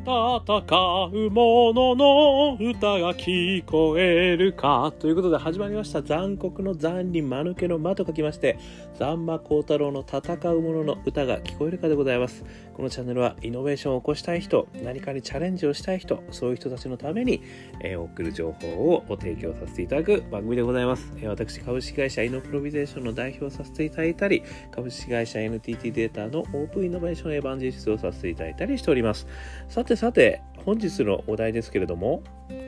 う者の歌が聞こえるかということで始まりました。残酷の残に間抜けの間と書きまして、残馬幸太郎の戦う者の歌が聞こえるかでございます。このチャンネルはイノベーションを起こしたい人、何かにチャレンジをしたい人、そういう人たちのために、送る情報を提供させていただく番組でございます。私、株式会社イノプロビゼーションの代表をさせていただいたり、株式会社 NTT データのオープンイノベーションエヴァンジェリストをさせていただいたりしております。さて本日のお題ですけれども、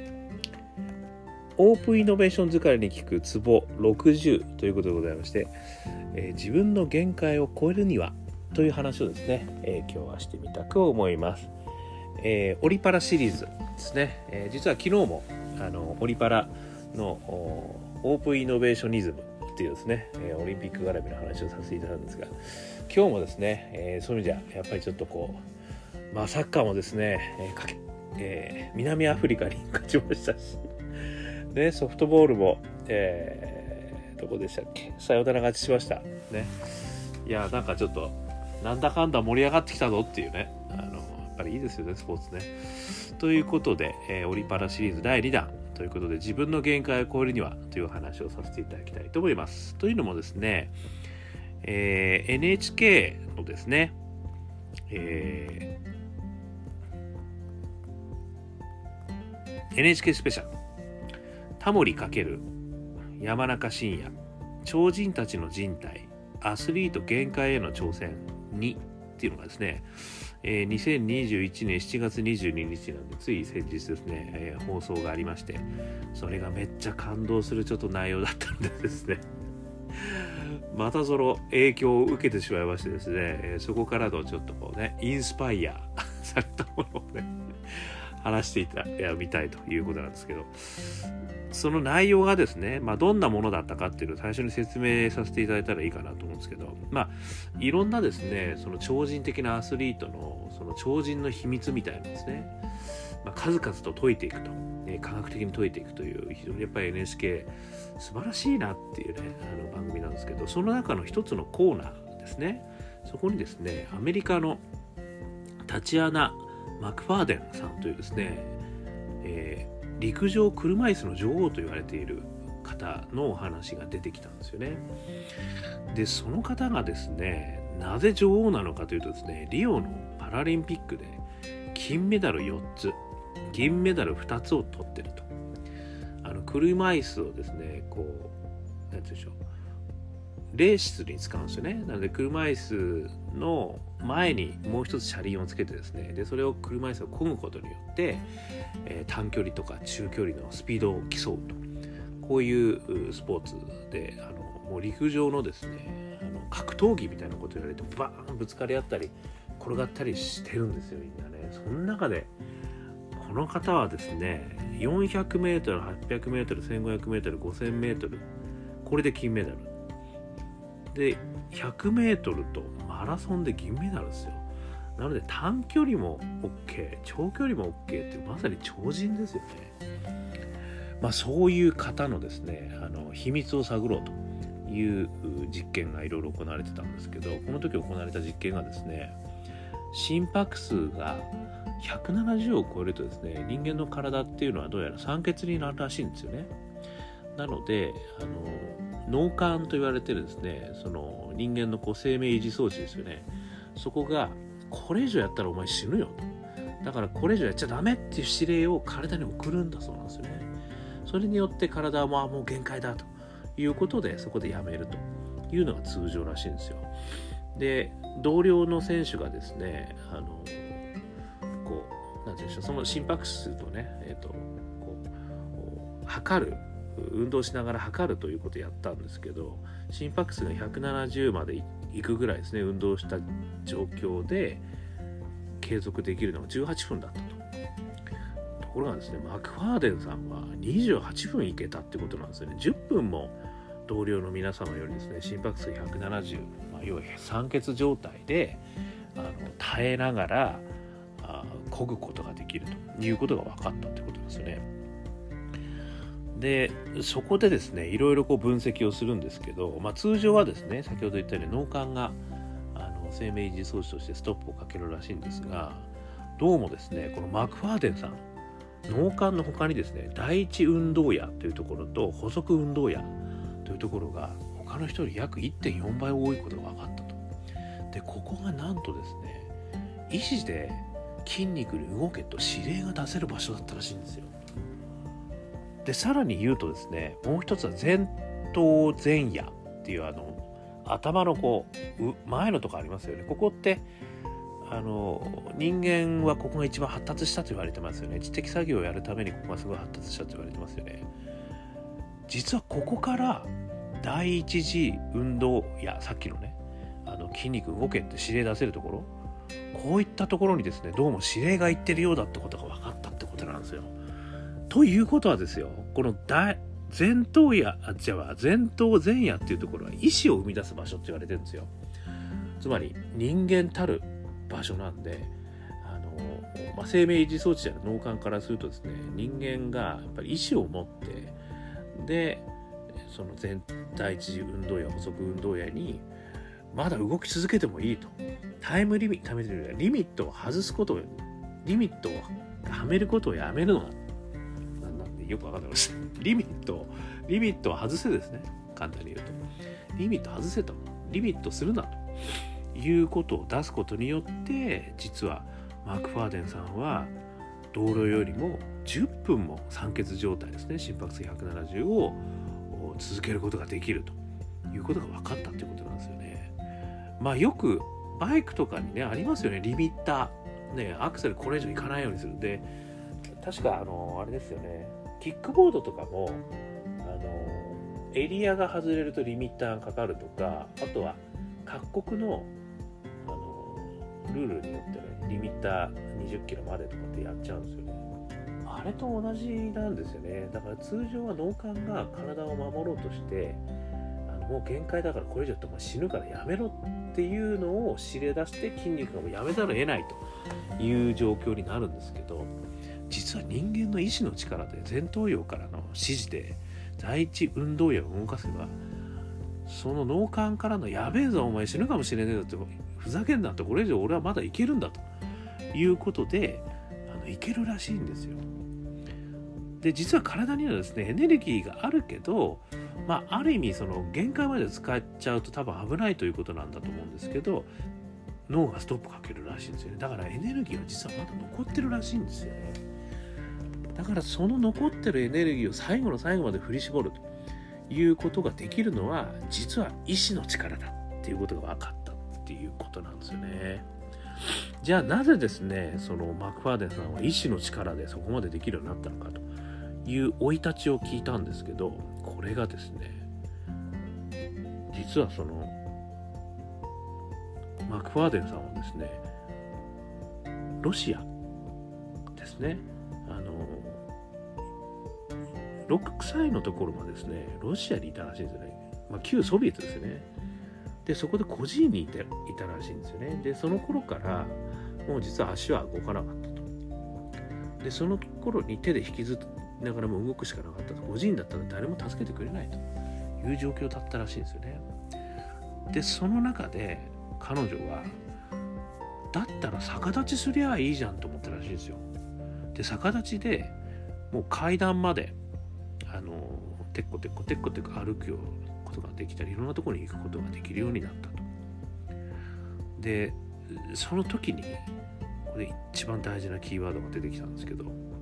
オープンイノベーション疲れに効くツボ60ということでございまして、自分の限界を超えるにはという話をですね、今日はしてみたく思います。オリパラシリーズですね、実は昨日もオリパラのオープンイノベーショニズムっていうですね、オリンピック絡みの話をさせていただいたんですが、今日もですね、そういう意味じゃやっぱりちょっとサッカーもですね、南アフリカに勝ちましたし、ね、ソフトボールも、どこでしたっけ、サヨナラ勝ちしましたね。いや、なんかちょっとなんだかんだ盛り上がってきたぞっていうね、やっぱりいいですよね、スポーツね。ということで、オリパラシリーズ第2弾ということで、自分の限界を超えるにはという話をさせていただきたいと思います。というのもですね、NHK のですね、NHK スペシャルタモリ×山中伸也超人たちの人体アスリート限界への挑戦2っていうのがですね、2021年7月22日なんで、つい先日ですね、放送がありまして、それがめっちゃ感動するちょっと内容だったんでですねまたその影響を受けてしまいましてですね、そこからのちょっとインスパイアされたものをね話してみたいということなんですけど、その内容がですね、どんなものだったかっていうのを最初に説明させていただいたらいいかなと思うんですけど、いろんなですね、その超人的なアスリートのその超人の秘密みたいなですね、数々と解いていくと、科学的に解いていくという、非常にやっぱり NHK 素晴らしいなっていうね、番組なんですけど、その中の一つのコーナーですね、そこにですね、アメリカのタチアナ・マクファーデンさんというですね、陸上車椅子の女王と言われている方のお話が出てきたんですよね。で、その方がですね、なぜ女王なのかというとですね、リオのパラリンピックで金メダル4つ、銀メダル2つを取ってると。車椅子をですね、なんていうんでしょう、レースに使うんですよね。なので車椅子の前にもう一つ車輪をつけてですね、でそれを車椅子を漕ぐことによって、短距離とか中距離のスピードを競うと、こういうスポーツで、もう陸上のですね、格闘技みたいなこと言われてバーンぶつかり合ったり転がったりしてるんですよ、みんなね。その中でこの方はですね、400m、800m、1500m、5000m、これで金メダルで、100m とマラソンで銀メダルですよ。なので短距離も OK、 長距離も OK っていう、まさに超人ですよね。そういう方のですね、秘密を探ろうという実験がいろいろ行われてたんですけど、この時行われた実験がですね、心拍数が170を超えるとですね、人間の体っていうのはどうやら酸欠になるらしいんですよね。なので脳幹と言われてるですね、その人間の生命維持装置ですよね、そこがこれ以上やったらお前死ぬよと、だからこれ以上やっちゃダメっていう指令を体に送るんだそうなんですよね。それによって体はもう限界だということで、そこでやめるというのが通常らしいんですよ。で、同僚の選手がですね、なんていうんでしょう、その心拍数とね、測る、運動しながら測るということをやったんですけど、心拍数が170までいくぐらいですね、運動した状況で継続できるのが18分だったと。ところがですね、マクファーデンさんは28分いけたってことなんですよね。10分も同僚の皆様よりですね、心拍数170、要は酸欠状態で耐えながら漕ぐことができるということが分かったってことですよね。で、そこでですね、いろいろ分析をするんですけど、通常はですね、先ほど言ったように脳幹が生命維持装置としてストップをかけるらしいんですが、 どうもですね、このマクファーデンさん、脳幹の他にですね、第一運動野というところと補足運動野というところが他の人より約 1.4 倍多いことが分かったと。でここがなんとですね、意思で筋肉に動けと指令が出せる場所だったらしいんですよ。でさらに言うとですね、もう一つは前頭前野っていう頭のこう前のとこありますよね。ここって人間はここが一番発達したと言われてますよね。知的作業をやるためにここがすごい発達したと言われてますよね。実はここから第一次運動やさっきのね、筋肉動けって指令出せるところ、こういったところにですね、どうも指令がいってるようだってことが分かったってことなんですよ。ということはですよ、この前頭前野っていうところは意思を生み出す場所って言われてるんですよ。つまり人間たる場所なんで、生命維持装置である脳幹からするとですね、人間がやっぱり意思を持ってでその第一次運動や補足運動やにまだ動き続けてもいいと、タイムリミットを外すことを、リミットをはめることをやめるのなんでよくわかんないです。リミットを外せですね、簡単に言うとリミット外せと、リミットするなということを出すことによって、実はマクファーデンさんは同僚よりも10分も酸欠状態ですね、心拍数170を続けることができるということが分かったということなんですよね。よくバイクとかにねありますよね、リミッターね、アクセルこれ以上いかないようにする。で確かあれですよね、キックボードとかもエリアが外れるとリミッターがかかるとか、あとは各国のルールによってね、リミッター20キロまでとかってやっちゃうんですよね。あれと同じなんですよね。だから通常は脳幹が体を守ろうとしてもう限界だからこれ以上やっても死ぬからやめろっていうのを指令出して筋肉がもうやめざるを得ないという状況になるんですけど、実は人間の意志の力で前頭葉からの指示で第一運動野を動かせば、その脳幹からのやべえぞお前死ぬかもしれねえぞってふざけんなって、これ以上俺はまだいけるんだということでいけるらしいんですよ。で実は体にはですねエネルギーがあるけど、ある意味その限界まで使っちゃうと多分危ないということなんだと思うんですけど、脳がストップかけるらしいんですよね。だからエネルギーは実はまだ残ってるらしいんですよね。だからその残ってるエネルギーを最後の最後まで振り絞るということができるのは実は意志の力だっていうことが分かったっていうことなんですよね。じゃあなぜですね、そのマクファーデンさんは意志の力でそこまでできるようになったのかという生い立ちを聞いたんですけど、これがですね、実はそのマクファーデンさんはですね、ロシアですね、6歳のところまでですね、ロシアにいたらしいんですよね。旧ソビエトですよね。でそこで孤児院にいたらしいんですよね。でその頃からもう実は足は動かなかったと。でその頃に手で引きずりながらも動くしかなかったと。孤児院だったら誰も助けてくれないという状況だったらしいんですよね。でその中で彼女はだったら逆立ちすりゃいいじゃんと思ったらしいんですよ。で逆立ちでもう階段までテッコテッコ歩くことができたり、いろんなところに行くことができるようになったと。でその時にこれ一番大事なキーワードが出てきたんですけど、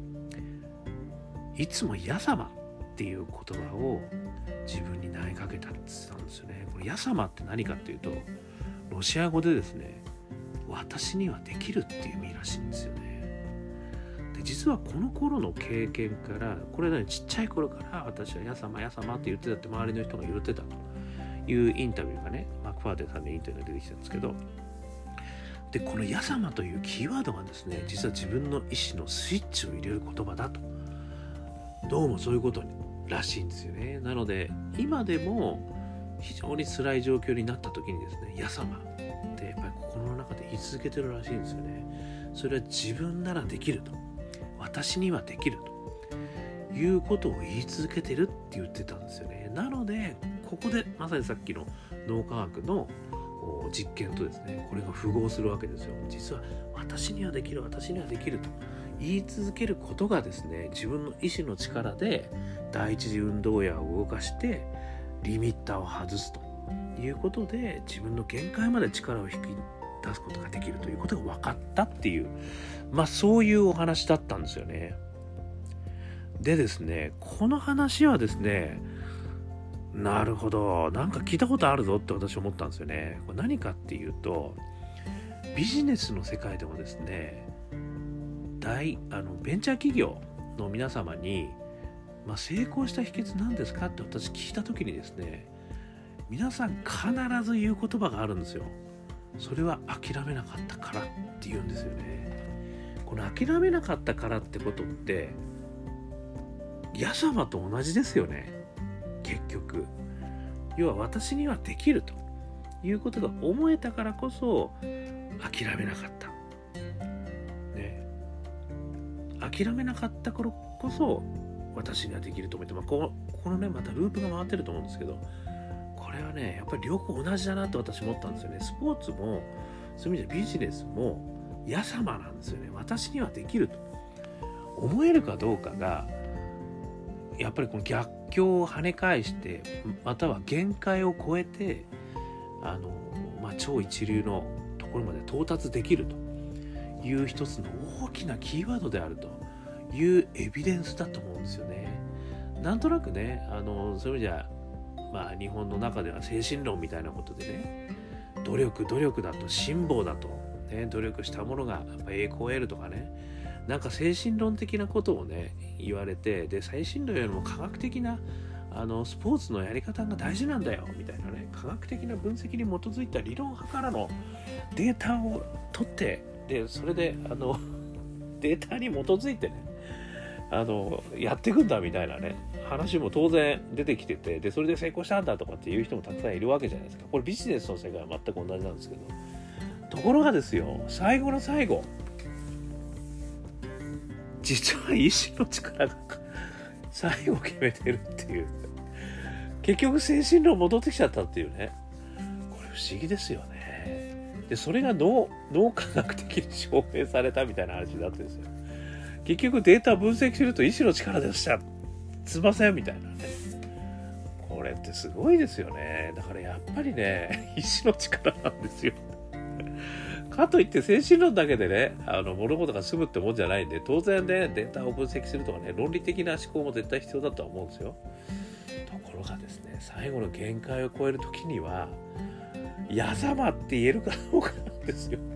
いつもヤ様っていう言葉を自分に投げかけたって言ってたんですよね。これヤ様って何かっていうと、ロシア語でですね、私にはできるっていう意味らしいんですよね。で実はこの頃の経験から、これね、ちっちゃい頃から私はヤ様って言ってたって周りの人が言ってたというインタビューがね、マクファーデンさんのインタビューが出てきたんですけど、でこのヤ様というキーワードがですね、実は自分の意思のスイッチを入れる言葉だと、どうもそういうことらしいんですよね。なので今でも非常に辛い状況になった時にですね、ヤ様ってやっぱり心の中で言い続けてるらしいんですよね。それは自分ならできると、私にはできるということを言い続けてるって言ってたんですよね。なのでここでまさにさっきの脳科学の実験とですね、これが符合するわけですよ。実は私にはできる、私にはできると言い続けることがですね、自分の意志の力で第一次運動野を動かしてリミッターを外すということで、自分の限界まで力を引き出すことができるということが分かったっていう、そういうお話だったんですよね。でですね、この話はですね、なるほど、なんか聞いたことあるぞって私思ったんですよね。これ何かっていうと、ビジネスの世界でもですね、ベンチャー企業の皆様に、成功した秘訣なんですかって私聞いた時にですね、皆さん必ず言う言葉があるんですよ。それは諦めなかったからって言うんですよね。この諦めなかったからってことって、矢様と同じですよね。結局要は私にはできるということが思えたからこそ諦めなかったね。諦めなかった頃こそ私にはできると思って、このねまたループが回ってると思うんですけど、これはねやっぱり両方同じだなと私思ったんですよね。スポーツもそういう意味でビジネスも矢様なんですよね。私にはできると思えるかどうかがやっぱりこの逆境を跳ね返して、または限界を超えて超一流のところまで到達できるという一つの大きなキーワードであるというエビデンスだと思うんですよね。なんとなくねそういう意味じゃ日本の中では精神論みたいなことでね、努力だと辛抱だと、ね、努力したものがやっぱ栄光を得るとかね、なんか精神論的なことをね言われて、で精神論よりも科学的なスポーツのやり方が大事なんだよみたいなね、科学的な分析に基づいた理論派からのデータを取って、でそれでデータに基づいてねやっていくんだみたいなね話も当然出てきてて、でそれで成功したんだとかっていう人もたくさんいるわけじゃないですか。これビジネスの世界は全く同じなんですけど、ところがですよ、最後の最後実は意志の力が最後決めてるっていう、結局精神論戻ってきちゃったっていうね、これ不思議ですよね。でそれが脳科学的に証明されたみたいな話だったんですよ。結局データ分析すると意志の力でしたすいませんみたいなね、これってすごいですよね。だからやっぱりね意志の力なんですよ。かといって精神論だけでね物事が済むってもんじゃないんで、当然ねデータを分析するとかね論理的な思考も絶対必要だとは思うんですよ。ところがですね、最後の限界を超える時には矢様って言えるかどうかなんですよ。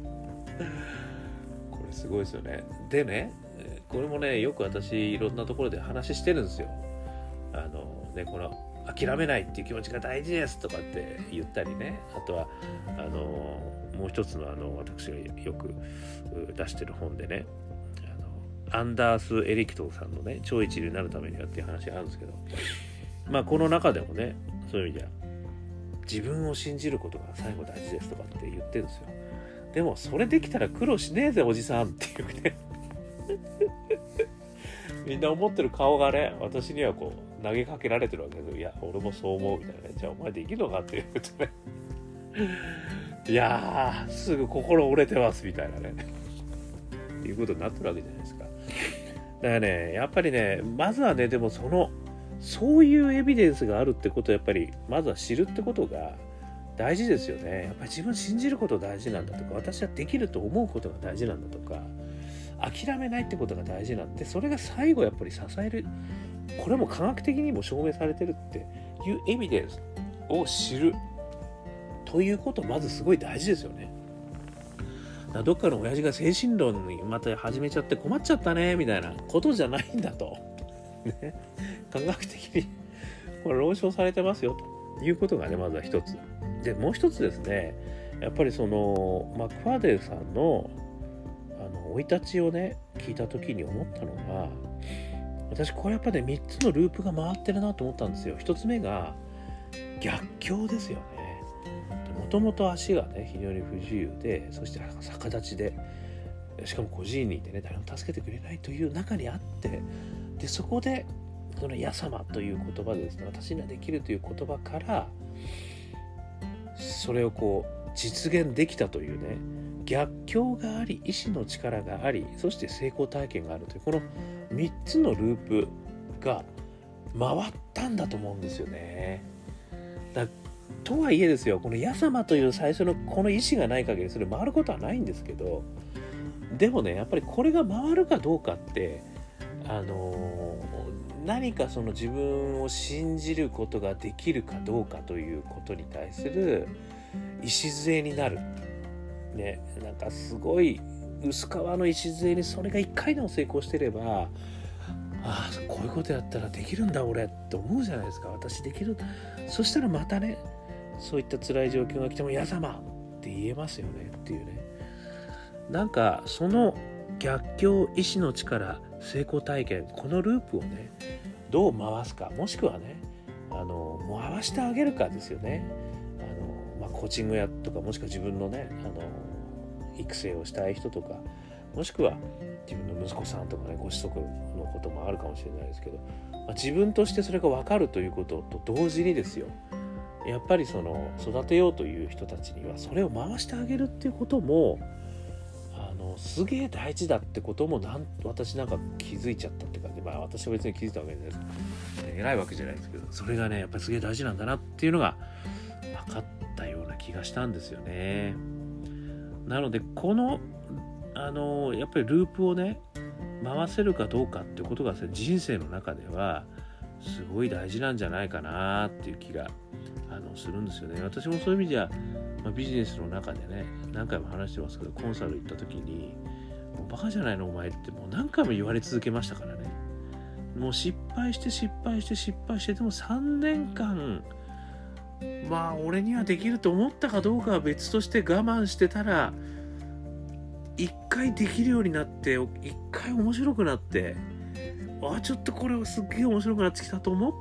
これすごいですよね。でね、これもねよく私いろんなところで話してるんですよ。この諦めないっていう気持ちが大事ですとかって言ったりね、あとはもう一つの私がよく出してる本でね、アンダース・エリクトンさんのね超一流になるためにはっていう話があるんですけど、この中でもねそういう意味では自分を信じることが最後大事ですとかって言ってるんですよ。でもそれできたら苦労しねえぜおじさんっていうねみんな思ってる顔がね私にはこう投げかけられてるわけですよ。いや俺もそう思うみたいなね、じゃあお前できるのかっていうとねいやーすぐ心折れてますみたいなねいうことになってるわけじゃないですか。だからねやっぱりねまずはね、でもそういうエビデンスがあるってことをやっぱりまずは知るってことが大事ですよね。やっぱり自分信じること大事なんだとか、私はできると思うことが大事なんだとか、諦めないってことが大事なんで、それが最後やっぱり支える、これも科学的にも証明されてるっていうエビデンスを知るということまずすごい大事ですよね。どっかの親父が精神論にまた始めちゃって困っちゃったねみたいなことじゃないんだと、ね、科学的にこれ論証されてますよということがねまずは一つで、もう一つですね、やっぱりそのマクファーデルさんの生い立ちをね聞いた時に思ったのが、私これやっぱね3つのループが回ってるなと思ったんですよ。1つ目が逆境ですよね。もともと足がね非常に不自由で、そして逆立ちで、しかも孤児院にいてね誰も助けてくれないという中にあって、でそこでその矢様という言葉でですね、私にはできるという言葉からそれをこ実現できたというね、逆境があり、意志の力があり、そして成功体験があるという、この3つのループが回ったんだと思うんですよね。とはいえですよ、この矢様という最初のこの意志がない限りそれ回ることはないんですけど、でもね、やっぱりこれが回るかどうかって何かその自分を信じることができるかどうかということに対する礎になるね。なんかすごい薄皮の礎にそれが一回でも成功してれば、ああこういうことやったらできるんだ俺って思うじゃないですか。私できる。そしたらまたね、そういった辛い状況が来ても矢様って言えますよねっていうね。なんかその逆境、意志の力、成功体験、このループをねどう回すか、もしくはね回してあげるかですよね。コーチングやとか、もしくは自分のね育成をしたい人とか、もしくは自分の息子さんとかね、ご子息のこともあるかもしれないですけど、自分としてそれが分かるということと同時にですよ、やっぱりその育てようという人たちにはそれを回してあげるっていうこともすげえ大事だってことも私なんか気づいちゃったって感じ。私は別に気づいたわけじゃないです、偉いわけじゃないですけど、それがねやっぱりすげえ大事なんだなっていうのが分かったような気がしたんですよね。なのでこのやっぱりループをね回せるかどうかっていうことが、人生の中ではすごい大事なんじゃないかなっていう気がするんですよね。私もそういう意味では、ビジネスの中でね何回も話してますけど、コンサル行った時にもうバカじゃないのお前ってもう何回も言われ続けましたからね。もう失敗してでも3年間俺にはできると思ったかどうかは別として我慢してたら、一回できるようになって、一回面白くなって、ちょっとこれはすっげえ面白くなってきたと思って、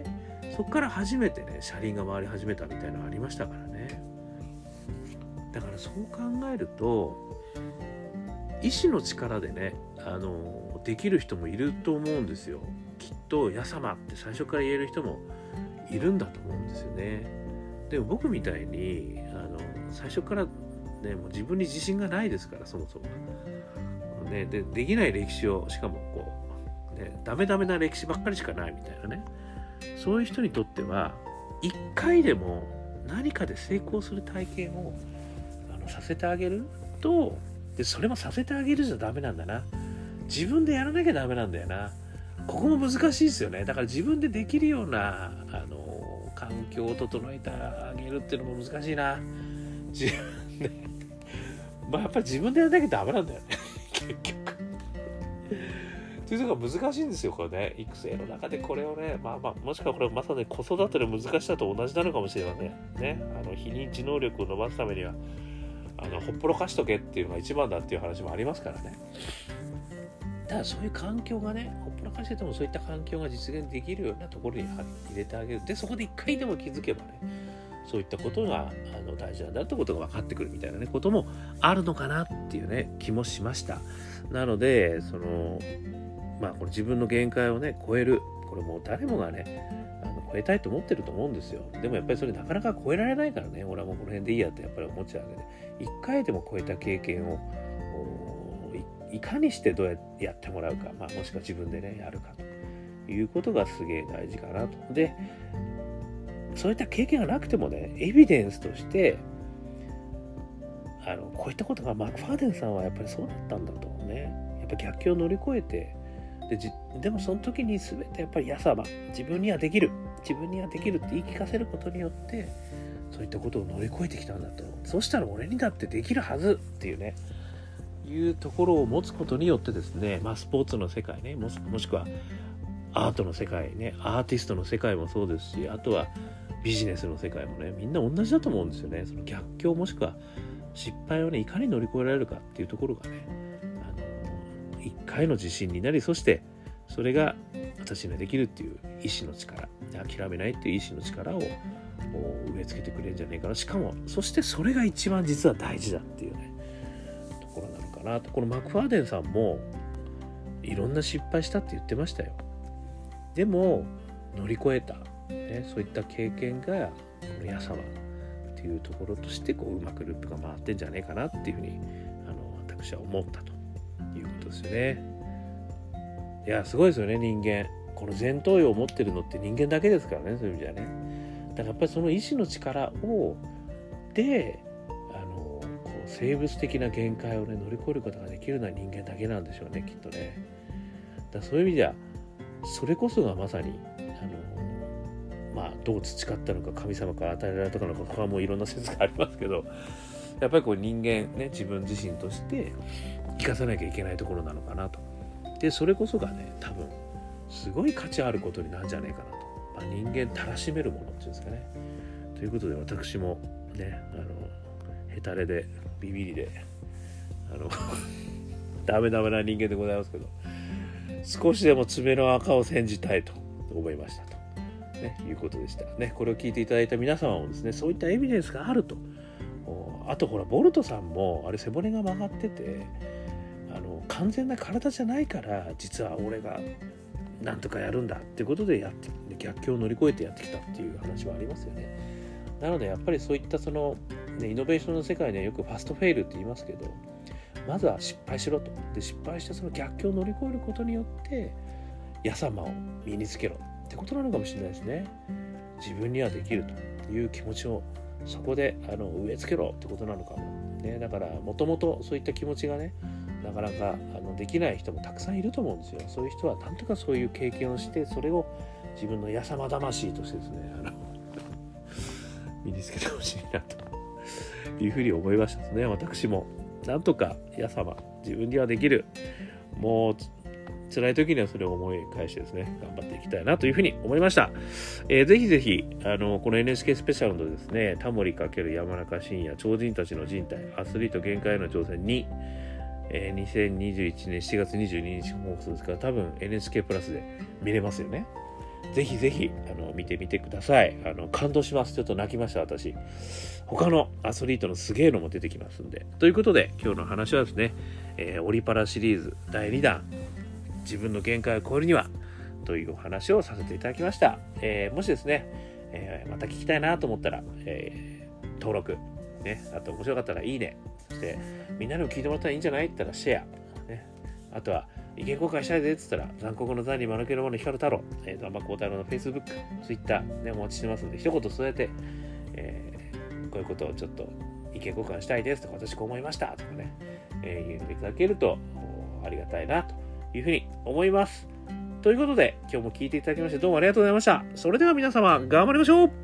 そこから初めてね車輪が回り始めたみたいなのありましたからね。だからそう考えると意志の力でねできる人もいると思うんですよ。きっと矢様って最初から言える人もいるんだと思うんですよね。でも僕みたいに最初からねもう自分に自信がないですから、そもそもね、できない歴史を、しかもダメな歴史ばっかりしかないみたいなね、そういう人にとっては一回でも何かで成功する体験をさせてあげると、でそれもさせてあげるじゃダメなんだな、自分でやらなきゃダメなんだよな。ここも難しいですよね。だから自分でできるような環境を整えてあげるっていうのも難しいな。自分でやっぱり自分でやらなきゃダメなんだよね結局というのが難しいんですよ、これね。育成の中でこれをね、もしくはこれまさに子育ての難しさと同じなのかもしれませんね。非認知能力を伸ばすためにはほっぽろかしとけっていうのが一番だっていう話もありますからね。ただそういう環境がね、ほっぽらかしててもそういった環境が実現できるようなところに入れてあげる。でそこで一回でも気づけばね、そういったことが大事なんだってことが分かってくるみたいなねこともあるのかなっていうね気もしました。なのでこれ自分の限界をね超える、これもう誰もがね超えたいと思ってると思うんですよ。でもやっぱりそれなかなか超えられないからね、俺はもうこの辺でいいやってやっぱり思っちゃうわけで、一回でも超えた経験をいかにしてどうやってもらうか、もしくは自分でねやるかということがすげえ大事かなと。でそういった経験がなくてもね、エビデンスとしてこういったことがマクファーデンさんはやっぱりそうだったんだとね。やっぱ逆境を乗り越えて、でもその時に全てやっぱり矢様、自分にはできるって言い聞かせることによってそういったことを乗り越えてきたんだと。そうしたら俺にだってできるはずっていうね、いうところを持つことによってですね、スポーツの世界ね、もしくはアートの世界ね、アーティストの世界もそうですし、あとはビジネスの世界もね、みんな同じだと思うんですよね。その逆境もしくは失敗をねいかに乗り越えられるかっていうところがね一回の自信になり、そしてそれが私にはできるっていう意志の力、諦めないっていう意志の力を植え付けてくれるんじゃないかな。しかもそしてそれが一番実は大事だっていうねところなのかなと。このマクファーデンさんもいろんな失敗したって言ってましたよ。でも乗り越えた、そういった経験がこの矢様ってっていうところとしてうまくループが回ってんじゃないかなっていうふうに私は思ったということですよね。いやすごいですよね。人間この前頭葉を持ってるのって人間だけですからね。そういう意味ではね。だからやっぱりその意志の力で生物的な限界をね乗り越えることができるのは人間だけなんでしょうね、きっとね。だからそういう意味ではそれこそがまさにどう培ったのか、神様から与えられたのか、ここはもういろんな説がありますけど、やっぱり人間ね、自分自身として生かさなきゃいけないところなのかなと。でそれこそがね、多分すごい価値あることになるんじゃないかなと、人間たらしめるものっていうんですかね。ということで私もね、ヘタレでビビリでダメな人間でございますけど、少しでも爪の赤を煎じたいと思いましたと、いうことでしたね。これを聞いていただいた皆様もですね、そういったエビデンスがあると。あとほらボルトさんもあれ背骨が曲がってて完全な体じゃないから実は俺がなんとかやるんだっていうことで逆境を乗り越えてやってきたっていう話はありますよね。なのでやっぱりそういったイノベーションの世界ではよくファストフェイルって言いますけど、まずは失敗しろと。で失敗してその逆境を乗り越えることによってやさまを身につけろってことなのかもしれないですね。自分にはできるという気持ちをそこで植え付けろってことなのかも、ね。だからもともとそういった気持ちがねなかなかできない人もたくさんいると思うんですよ。そういう人はなんとかそういう経験をしてそれを自分のやさま魂としてですね身につけてほしいなというふうに思いましたですね。私もなんとかやさま自分にはできる、もう辛い時にはそれを思い返してですね頑張っていきたいなというふうに思いました。ぜひぜひこの NHK スペシャルのですね、タモリ×山中伸也超人たちの人体アスリート限界への挑戦に2021年7月22日放送ですから、多分 NHK プラスで見れますよね。ぜひぜひ見てみてください。感動します。ちょっと泣きました私。他のアスリートのすげえのも出てきますんで。ということで今日の話はですね、オリパラシリーズ第2弾自分の限界を超えるにはというお話をさせていただきました。もしですね、また聞きたいなと思ったら、登録、あと面白かったらいいね、そしてみんなにも聞いてもらったらいいんじゃないって言ったらシェア、あとは意見交換したいでって言ったら残酷の残に間抜けのもの光る太郎、天光太郎の Facebook、Twitter、お待ちしてますんで、一言添えて、こういうことをちょっと意見交換したいですとか、私こう思いましたとかね、言っていただけるとありがたいなというふうに思います。ということで今日も聞いていただきましてどうもありがとうございました。それでは皆様頑張りましょう。